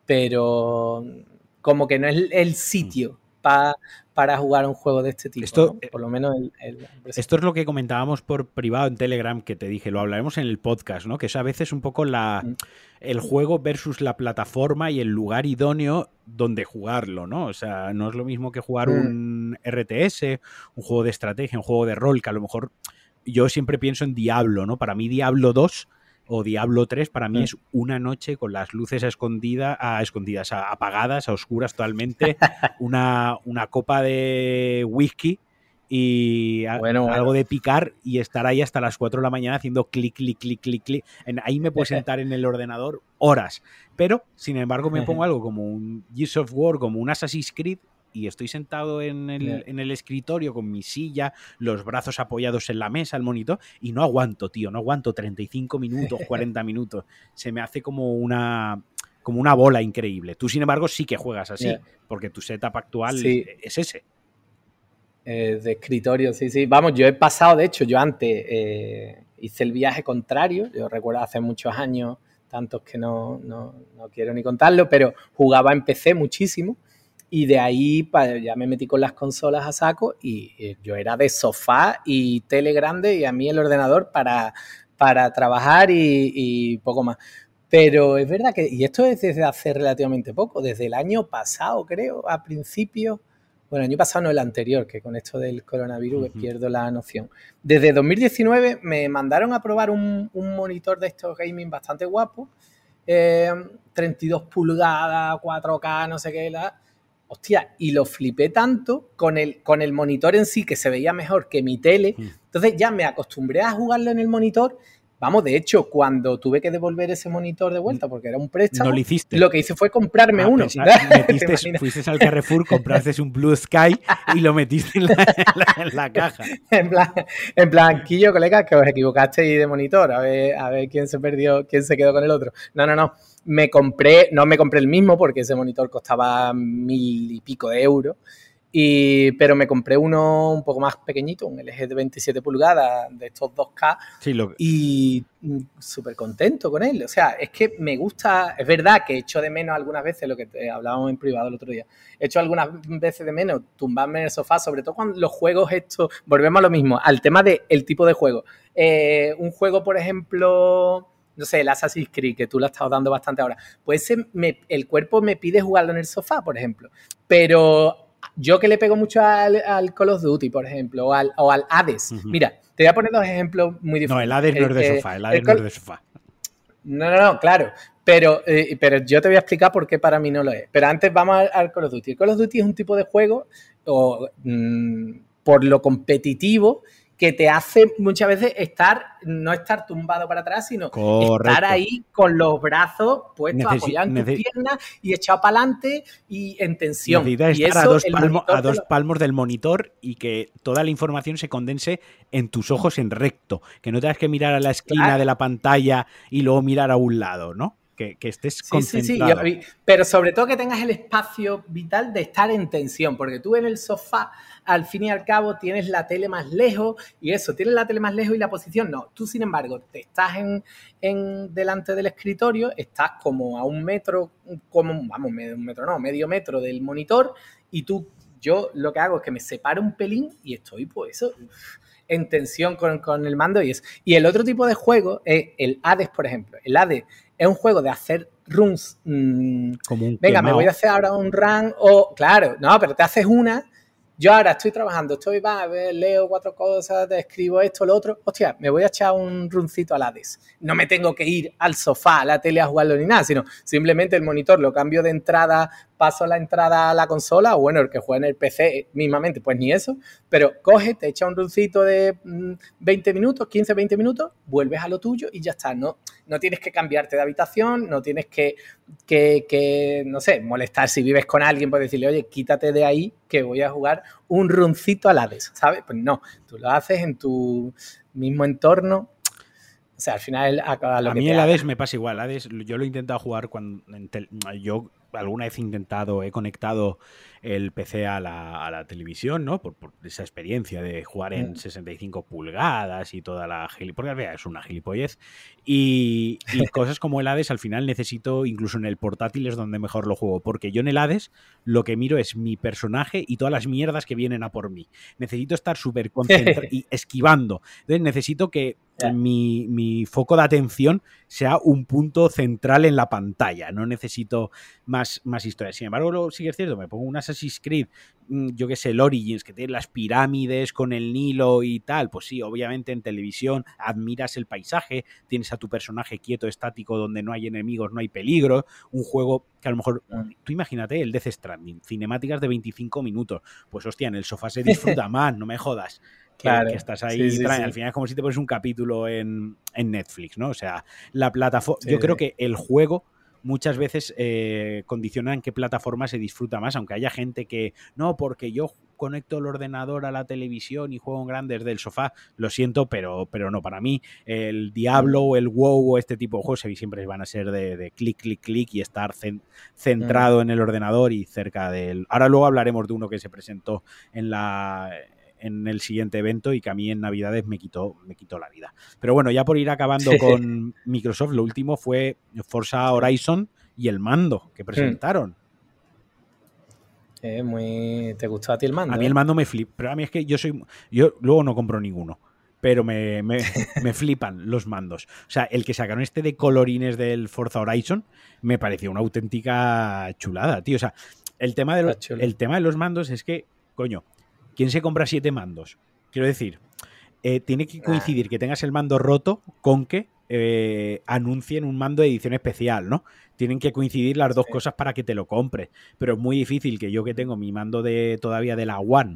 Pero como que no es el sitio pa, para jugar un juego de este tipo, esto, ¿no? Por lo menos el, el, esto es lo que comentábamos por privado en Telegram, que te dije, lo hablaremos en el podcast, ¿no? Que es a veces un poco la, mm. el juego versus la plataforma y el lugar idóneo donde jugarlo, ¿no? O sea, no es lo mismo que jugar mm. un R T S, un juego de estrategia, un juego de rol, que a lo mejor yo siempre pienso en Diablo, ¿no? Para mí Diablo dos o Diablo tres para mí mm. es una noche con las luces a escondidas, a escondidas, a apagadas, a oscuras totalmente, una, una copa de whisky y a, bueno, bueno. algo de picar y estar ahí hasta las cuatro de la mañana haciendo clic, clic, clic, clic, clic. Ahí me puedo sentar en el ordenador horas. Pero, sin embargo, me pongo algo como un Gears of War, como un Assassin's Creed y estoy sentado en el, yeah. en el escritorio con mi silla, los brazos apoyados en la mesa, el monitor, y no aguanto, tío, no aguanto treinta y cinco minutos, cuarenta minutos. Se me hace como una... como una bola increíble. Tú, sin embargo, sí que juegas así, yeah. porque tu setup actual sí. es ese. Eh, de escritorio, sí, sí. Vamos, yo he pasado, de hecho, yo antes eh, hice el viaje contrario, yo recuerdo hace muchos años, tantos que no, no, no quiero ni contarlo, pero jugaba en P C muchísimo y de ahí pa, ya me metí con las consolas a saco y, y yo era de sofá y tele grande y a mí el ordenador para, para trabajar y, y poco más. Pero es verdad que, y esto es desde hace relativamente poco, desde el año pasado creo, a principios, bueno, el año pasado no, el anterior, que con esto del coronavirus uh-huh. pierdo la noción. Desde dos mil diecinueve me mandaron a probar un, un monitor de estos gaming bastante guapo, eh, treinta y dos pulgadas, cuatro K, no sé qué, la, hostia, y lo flipé tanto con el, con el monitor en sí, que se veía mejor que mi tele, uh-huh. entonces ya me acostumbré a jugarlo en el monitor. Vamos, de hecho, cuando tuve que devolver ese monitor de vuelta porque era un préstamo, no lo hiciste. Lo que hice fue comprarme ah, uno. Pensar, metiste, fuiste al Carrefour, compraste un Blue Sky y lo metiste en la, en la, en la caja. En plan, en plan, Quillo, colega, que os equivocasteis de monitor, a ver, a ver quién se perdió, quién se quedó con el otro. No, no, no. Me compré, no me compré el mismo porque ese monitor costaba mil y pico de euros. Y, pero me compré uno un poco más pequeñito, un L G de veintisiete pulgadas de estos dos K sí, lo... y súper contento con él. O sea, es que me gusta, es verdad que echo de menos algunas veces lo que te hablábamos en privado el otro día, echo algunas veces de menos tumbarme en el sofá, sobre todo cuando los juegos estos, volvemos a lo mismo, al tema del tipo de juego. Eh, un juego, por ejemplo... no sé, el Assassin's Creed, que tú lo has estado dando bastante ahora, pues ese me, el cuerpo me pide jugarlo en el sofá, por ejemplo, pero... yo que le pego mucho al, al Call of Duty, por ejemplo, o al, o al Hades. Uh-huh. Mira, te voy a poner dos ejemplos muy diferentes. No, el Hades no es de sofá, el Hades el Call... no es de sofá. No, no, no, claro. Pero, eh, pero yo te voy a explicar por qué para mí no lo es. Pero antes vamos al, al Call of Duty. El Call of Duty es un tipo de juego, o, mmm, por lo competitivo, que te hace muchas veces estar, no estar tumbado para atrás, sino Correcto. Estar ahí con los brazos puestos, Necesi- apoyados en tus neces- piernas y echado para adelante y en tensión. Necesitas y estar eso, a dos, palmo, a dos lo... palmos del monitor y que toda la información se condense en tus ojos en recto. Que no tengas que mirar a la esquina claro. de la pantalla y luego mirar a un lado, ¿no? Que, que estés sí, concentrado. Sí, sí, yo, pero sobre todo que tengas el espacio vital de estar en tensión, porque tú en el sofá, al fin y al cabo, tienes la tele más lejos y eso, tienes la tele más lejos y la posición no. Tú, sin embargo, te estás en, en delante del escritorio, estás como a un metro, como, vamos, un metro no, medio metro del monitor y tú, yo lo que hago es que me separo un pelín y estoy, pues eso... en tensión con, con el mando y eso. Y el otro tipo de juego es el Hades, por ejemplo. El Hades es un juego de hacer runs. Mmm, Como un venga, quemado. Me voy a hacer ahora un run o... Claro, no, pero te haces una... Yo ahora estoy trabajando, estoy, va, a ver, leo cuatro cosas, te escribo esto, lo otro. Hostia, me voy a echar un runcito al Hades. No me tengo que ir al sofá, a la tele a jugarlo ni nada, sino simplemente el monitor lo cambio de entrada, paso la entrada a la consola, o bueno, el que juega en el P C mismamente, pues ni eso. Pero coge, te echa un runcito de veinte minutos, quince, veinte minutos, vuelves a lo tuyo y ya está. No, no tienes que cambiarte de habitación, no tienes que, que, que, no sé, molestar si vives con alguien, pues decirle, oye, quítate de ahí que voy a jugar un runcito al Hades, ¿sabes? Pues no, tú lo haces en tu mismo entorno. O sea, al final acaba lo a que mí te el haga. Hades me pasa igual. Hades, yo lo he intentado jugar cuando en tel, yo alguna vez he intentado, he conectado el P C a la, a la televisión, ¿no? Por, por esa experiencia de jugar en mm. sesenta y cinco pulgadas y toda la gilipollez, porque es una gilipollez. Y, y cosas como el Hades al final necesito, incluso en el portátil es donde mejor lo juego, porque yo en el Hades lo que miro es mi personaje y todas las mierdas que vienen a por mí. Necesito estar súper concentrado y esquivando. Entonces necesito que yeah. mi, mi foco de atención sea un punto central en la pantalla. No necesito más, más historias. Sin embargo, lo, sí que es cierto, me pongo un Assassin's Creed, yo qué sé, el Origins, que tiene las pirámides con el Nilo y tal. Pues sí, obviamente en televisión admiras el paisaje, tienes a tu personaje quieto, estático, donde no hay enemigos, no hay peligro. Un juego que a lo mejor, tú imagínate el Death Stranding, cinemáticas de veinticinco minutos. Pues hostia, en el sofá se disfruta más, no me jodas. Que, claro, que estás ahí, sí, sí, sí. Al final es como si te pones un capítulo en, en Netflix, ¿no? O sea, la plataforma, sí, yo creo que el juego muchas veces eh, condiciona en qué plataforma se disfruta más, aunque haya gente que, no, porque yo conecto el ordenador a la televisión y juego en grande desde el sofá, lo siento, pero, pero no, para mí el Diablo o el WoW o este tipo de juegos siempre van a ser de, de clic, clic, clic y estar cen, centrado mm. en el ordenador y cerca del... Ahora luego hablaremos de uno que se presentó en la... en el siguiente evento y que a mí en Navidades me quitó, me quitó la vida. Pero bueno, ya por ir acabando con Microsoft, lo último fue Forza Horizon y el mando que presentaron. Eh, muy... ¿Te gustó a ti el mando? A mí eh? el mando me flipa, pero a mí es que yo soy... Yo luego no compro ninguno, pero me, me, me flipan los mandos. O sea, el que sacaron este de colorines del Forza Horizon me pareció una auténtica chulada, tío. O sea, el tema de, lo, el tema de los mandos es que, coño, ¿quién se compra siete mandos? Quiero decir, eh, tiene que coincidir que tengas el mando roto con que eh, anuncien un mando de edición especial, ¿no? Tienen que coincidir las dos sí. cosas para que te lo compres. Pero es muy difícil que yo que tengo mi mando de todavía de la One,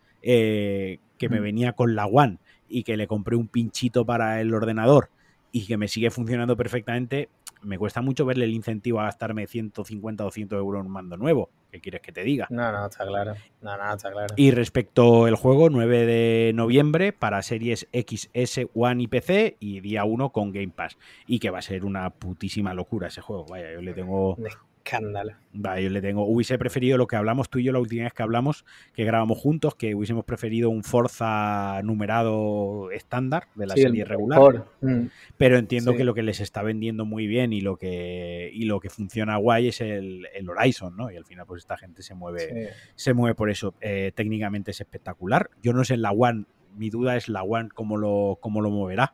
eh, que mm. me venía con la One y que le compré un pinchito para el ordenador y que me sigue funcionando perfectamente, me cuesta mucho verle el incentivo a gastarme ciento cincuenta o doscientos euros en un mando nuevo. ¿Qué quieres que te diga? No, no, está claro. No, no, está claro. Y respecto al juego, nueve de noviembre para series X S, One y P C y día uno con Game Pass. Y que va a ser una putísima locura ese juego. Vaya, yo le tengo... Un escándalo. Vaya, yo le tengo... Hubiese preferido lo que hablamos tú y yo la última vez que hablamos, que grabamos juntos, que hubiésemos preferido un Forza numerado estándar de la sí, serie regular. Mm. Pero entiendo sí. que lo que les está vendiendo muy bien y lo que, y lo que funciona guay es el, el Horizon, ¿no? Y al final pues esta gente se mueve, sí. se mueve por eso. Eh, técnicamente es espectacular. Yo no sé en la One, mi duda es la One cómo lo, cómo lo moverá.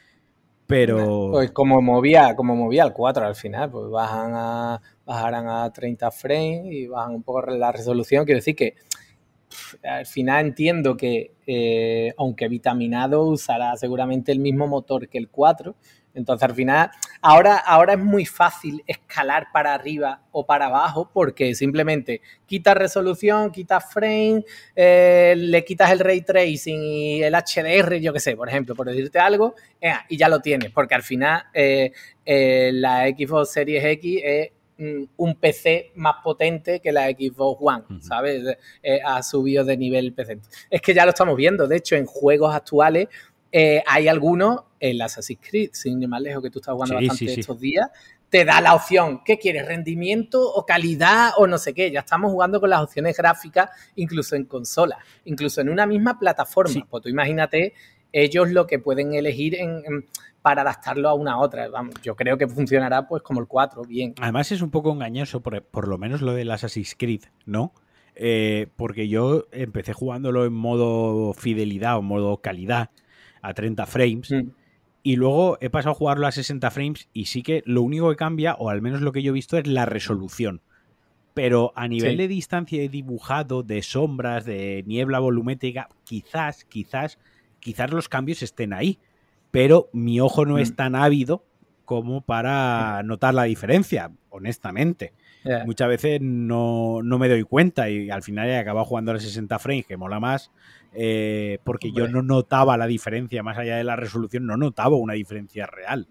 Pero... Pues como movía, como movía el cuatro al final, pues bajan a, bajarán a treinta frames y bajan un poco la resolución. Quiero decir que pff, al final entiendo que, eh, aunque vitaminado, usará seguramente el mismo motor que el cuatro. Entonces, al final, ahora, ahora es muy fácil escalar para arriba o para abajo porque simplemente quitas resolución, quitas frame, eh, le quitas el ray tracing y el H D R, yo qué sé, por ejemplo, por decirte algo, eh, y ya lo tienes, porque al final eh, eh, la Xbox Series X es mm, un P C más potente que la Xbox One, uh-huh. ¿sabes? Eh, ha subido de nivel P C. Es que ya lo estamos viendo, de hecho, en juegos actuales, Eh, hay algunos, el Assassin's Creed, sin ir más lejos, que tú estás jugando sí, bastante sí, estos sí. días, te da la opción, ¿qué quieres? ¿Rendimiento o calidad o no sé qué? Ya estamos jugando con las opciones gráficas, incluso en consolas, incluso en una misma plataforma. Sí. Pues tú imagínate ellos lo que pueden elegir en, en, para adaptarlo a una a otra. Vamos, yo creo que funcionará pues como el cuatro, bien. Además es un poco engañoso, por, por lo menos lo del Assassin's Creed, ¿no? Eh, porque yo empecé jugándolo en modo fidelidad o modo calidad, a treinta frames mm. y luego he pasado a jugarlo a sesenta frames y sí que lo único que cambia, o al menos lo que yo he visto, es la resolución, pero a nivel sí. de distancia de dibujado, de sombras, de niebla volumétrica, quizás, quizás quizás los cambios estén ahí, pero mi ojo no mm. es tan ávido como para notar la diferencia, honestamente. Yeah. Muchas veces no, no me doy cuenta y al final he acabado jugando a sesenta frames, que mola más, eh, porque Hombre. yo no notaba la diferencia, más allá de la resolución, no notaba una diferencia real.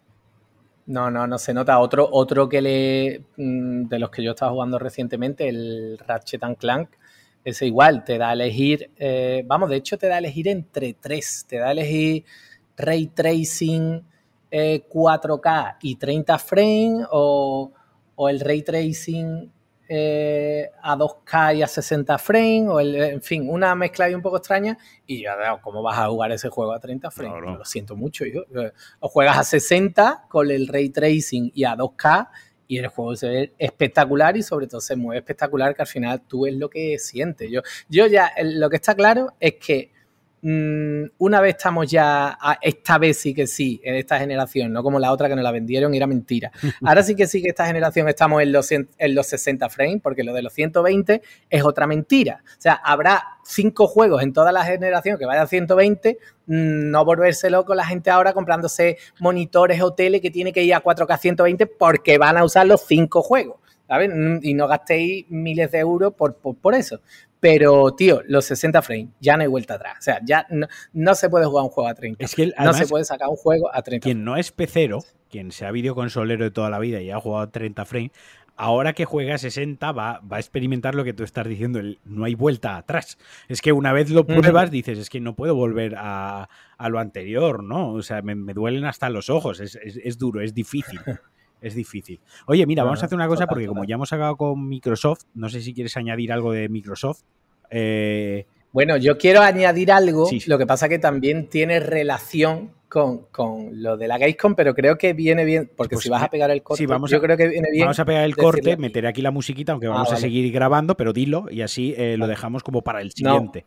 No, no, no se nota. Otro, otro que le de los que yo estaba jugando recientemente, el Ratchet and Clank, ese igual, te da a elegir, eh, vamos, de hecho te da a elegir entre tres, te da a elegir Ray Tracing eh, cuatro K y treinta frames o... o el Ray Tracing eh, a dos K y a sesenta frames, o el, en fin, una mezcla ahí un poco extraña, y yo, ¿cómo vas a jugar ese juego a treinta frames? No, no. Lo siento mucho, hijo. O juegas a sesenta con el Ray Tracing y a dos K, y el juego se ve espectacular y sobre todo se mueve espectacular, que al final tú es lo que sientes. Yo, yo ya, lo que está claro es que una vez estamos ya, esta vez sí que sí, en esta generación, no como la otra que nos la vendieron y era mentira. Ahora sí que sí que esta generación estamos en los, en los sesenta frames, porque lo de los ciento veinte es otra mentira. O sea, habrá cinco juegos en toda la generación que vaya a ciento veinte, no volverse loco la gente ahora comprándose monitores o tele que tiene que ir a cuatro K ciento veinte porque van a usar los cinco juegos, ¿sabes? Y no gastéis miles de euros por, por, por eso. Pero, tío, los sesenta frames, ya no hay vuelta atrás. O sea, ya no, no se puede jugar un juego a treinta. Es que el, además, no se puede sacar un juego a treinta. Quien no es pecero, quien sea videoconsolero de toda la vida y ha jugado a treinta frames, ahora que juega a sesenta va, va a experimentar lo que tú estás diciendo. El, no hay vuelta atrás. Es que una vez lo pruebas, dices, es que no puedo volver a, a lo anterior, ¿no? O sea, me, me duelen hasta los ojos. Es, es, es duro, es difícil. Es difícil. Oye, mira, no, vamos a hacer una cosa total, porque como total. ya hemos acabado con Microsoft, no sé si quieres añadir algo de Microsoft. Eh... Bueno, yo quiero añadir algo, sí. Lo que pasa que también tiene relación con, con lo de la Gamescom, pero creo que viene bien, porque pues si vas a pegar el corte, sí, vamos yo a, creo que viene bien. Vamos a pegar el corte, aquí. Meteré aquí la musiquita, aunque vamos ah, vale. a seguir grabando, pero dilo y así eh, lo dejamos como para el siguiente.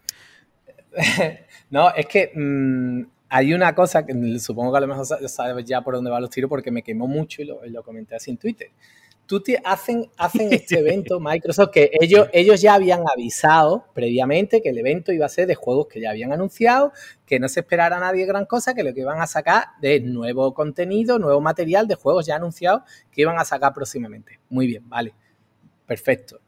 No, no es que mmm, hay una cosa que supongo que a lo mejor sabes ya por dónde van los tiros porque me quemó mucho y lo, y lo comenté así en Twitter. Tú te hacen, hacen este evento, Microsoft, que ellos, ellos ya habían avisado previamente que el evento iba a ser de juegos que ya habían anunciado, que no se esperara a nadie gran cosa, que lo que iban a sacar de nuevo contenido, nuevo material de juegos ya anunciados que iban a sacar próximamente. Muy bien, vale, perfecto.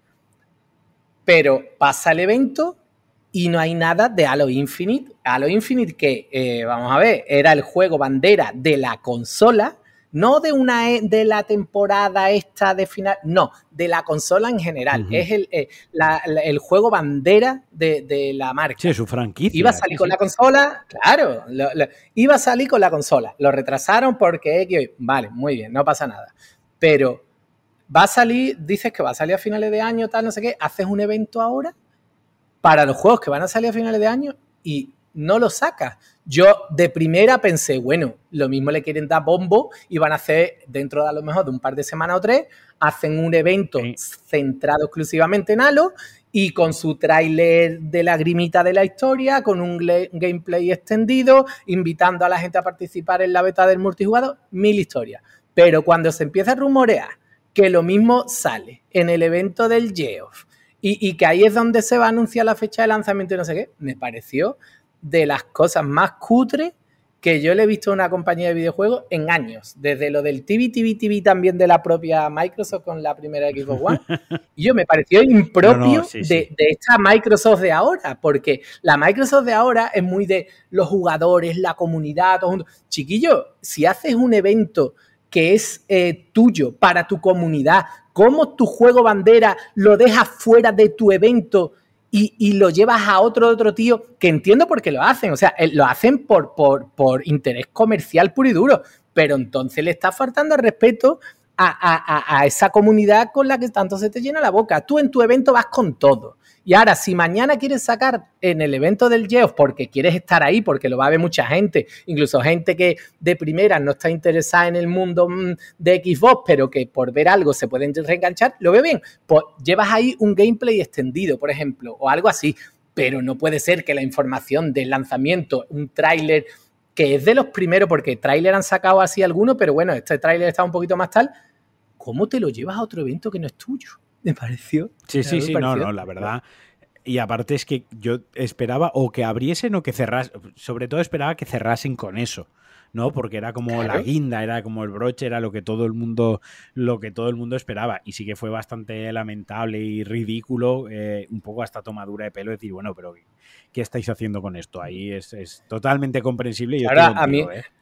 Pero pasa el evento y no hay nada de Halo Infinite. Halo Infinite que, eh, vamos a ver, era el juego bandera de la consola, no de una de la temporada esta de final, no, de la consola en general. Uh-huh. Es el, eh, la, la, el juego bandera de, de la marca. Sí, su franquicia. Iba a salir con sí. la consola, claro, lo, lo, iba a salir con la consola. Lo retrasaron porque, vale, muy bien, no pasa nada. Pero va a salir, dices que va a salir a finales de año, tal, no sé qué, haces un evento ahora para los juegos que van a salir a finales de año y no lo sacas. Yo de primera pensé, bueno, lo mismo le quieren dar bombo y van a hacer, dentro de a lo mejor de un par de semanas o tres, hacen un evento sí. centrado exclusivamente en Halo y con su tráiler de lagrimita de la historia, con un gameplay extendido, invitando a la gente a participar en la beta del multijugador, mil historias. Pero cuando se empieza a rumorear que lo mismo sale en el evento del Geoff y, y que ahí es donde se va a anunciar la fecha de lanzamiento y no sé qué, me pareció de las cosas más cutres que yo le he visto a una compañía de videojuegos en años, desde lo del T V, T V, T V también de la propia Microsoft con la primera Xbox One, y yo me pareció impropio no, no, sí, de, sí. de esta Microsoft de ahora, porque la Microsoft de ahora es muy de los jugadores, la comunidad, todo junto. Chiquillo, si haces un evento que es eh, tuyo, para tu comunidad, ¿cómo tu juego bandera lo dejas fuera de tu evento Y, y lo llevas a otro otro tío? Que entiendo por qué lo hacen, o sea, lo hacen por, por, por interés comercial puro y duro, pero entonces le está faltando el respeto a, a, a esa comunidad con la que tanto se te llena la boca. Tú en tu evento vas con todo. Y ahora, si mañana quieres sacar en el evento del Geoff porque quieres estar ahí, porque lo va a ver mucha gente, incluso gente que de primera no está interesada en el mundo de Xbox, pero que por ver algo se pueden reenganchar, lo veo bien. Pues llevas ahí un gameplay extendido, por ejemplo, o algo así. Pero no puede ser que la información del lanzamiento, un tráiler que es de los primeros, porque tráiler han sacado así algunos, pero bueno, este tráiler está un poquito más tal, ¿cómo te lo llevas a otro evento que no es tuyo? Me pareció. Sí, sí, sí, pareció. no, no, la verdad. Y aparte es que yo esperaba o que abriesen o que cerrasen, sobre todo esperaba que cerrasen con eso, ¿no? Porque era como claro. la guinda, era como el broche, era lo que todo el mundo, lo que todo el mundo esperaba. Y sí que fue bastante lamentable y ridículo, eh, un poco hasta tomadura de pelo, decir, bueno, pero ¿qué estáis haciendo con esto? Ahí es, es totalmente comprensible. Y yo Ahora, estoy contigo, a mí, ¿eh?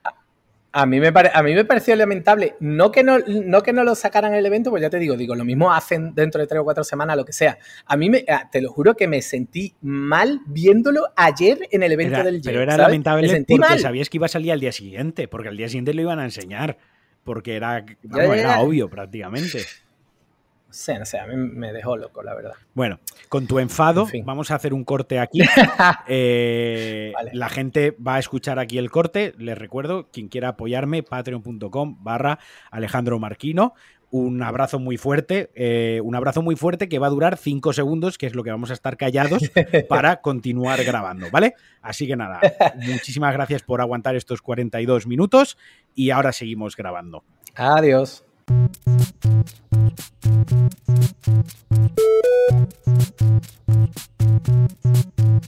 A mí, me pare, a mí me pareció lamentable, no que no, no que no lo sacaran el evento, pues ya te digo, digo, lo mismo hacen dentro de tres o cuatro semanas, lo que sea. A mí, me, te lo juro que me sentí mal viéndolo ayer en el evento era, del Geoff. Pero era ¿sabes? lamentable porque mal. sabías que iba a salir al día siguiente, porque al día siguiente lo iban a enseñar, porque era, vamos, ya, ya, era obvio prácticamente. No sé, no sé, a mí me dejó loco, la verdad. Bueno, con tu enfado, en fin. vamos a hacer un corte aquí. eh, vale. La gente va a escuchar aquí el corte. Les recuerdo, quien quiera apoyarme, patreon.com barra Alejandro Marquino. Un abrazo muy fuerte, eh, un abrazo muy fuerte que va a durar cinco segundos, que es lo que vamos a estar callados para continuar grabando, ¿vale? Así que nada, muchísimas gracias por aguantar estos cuarenta y dos minutos y ahora seguimos grabando. Adiós. Thank you.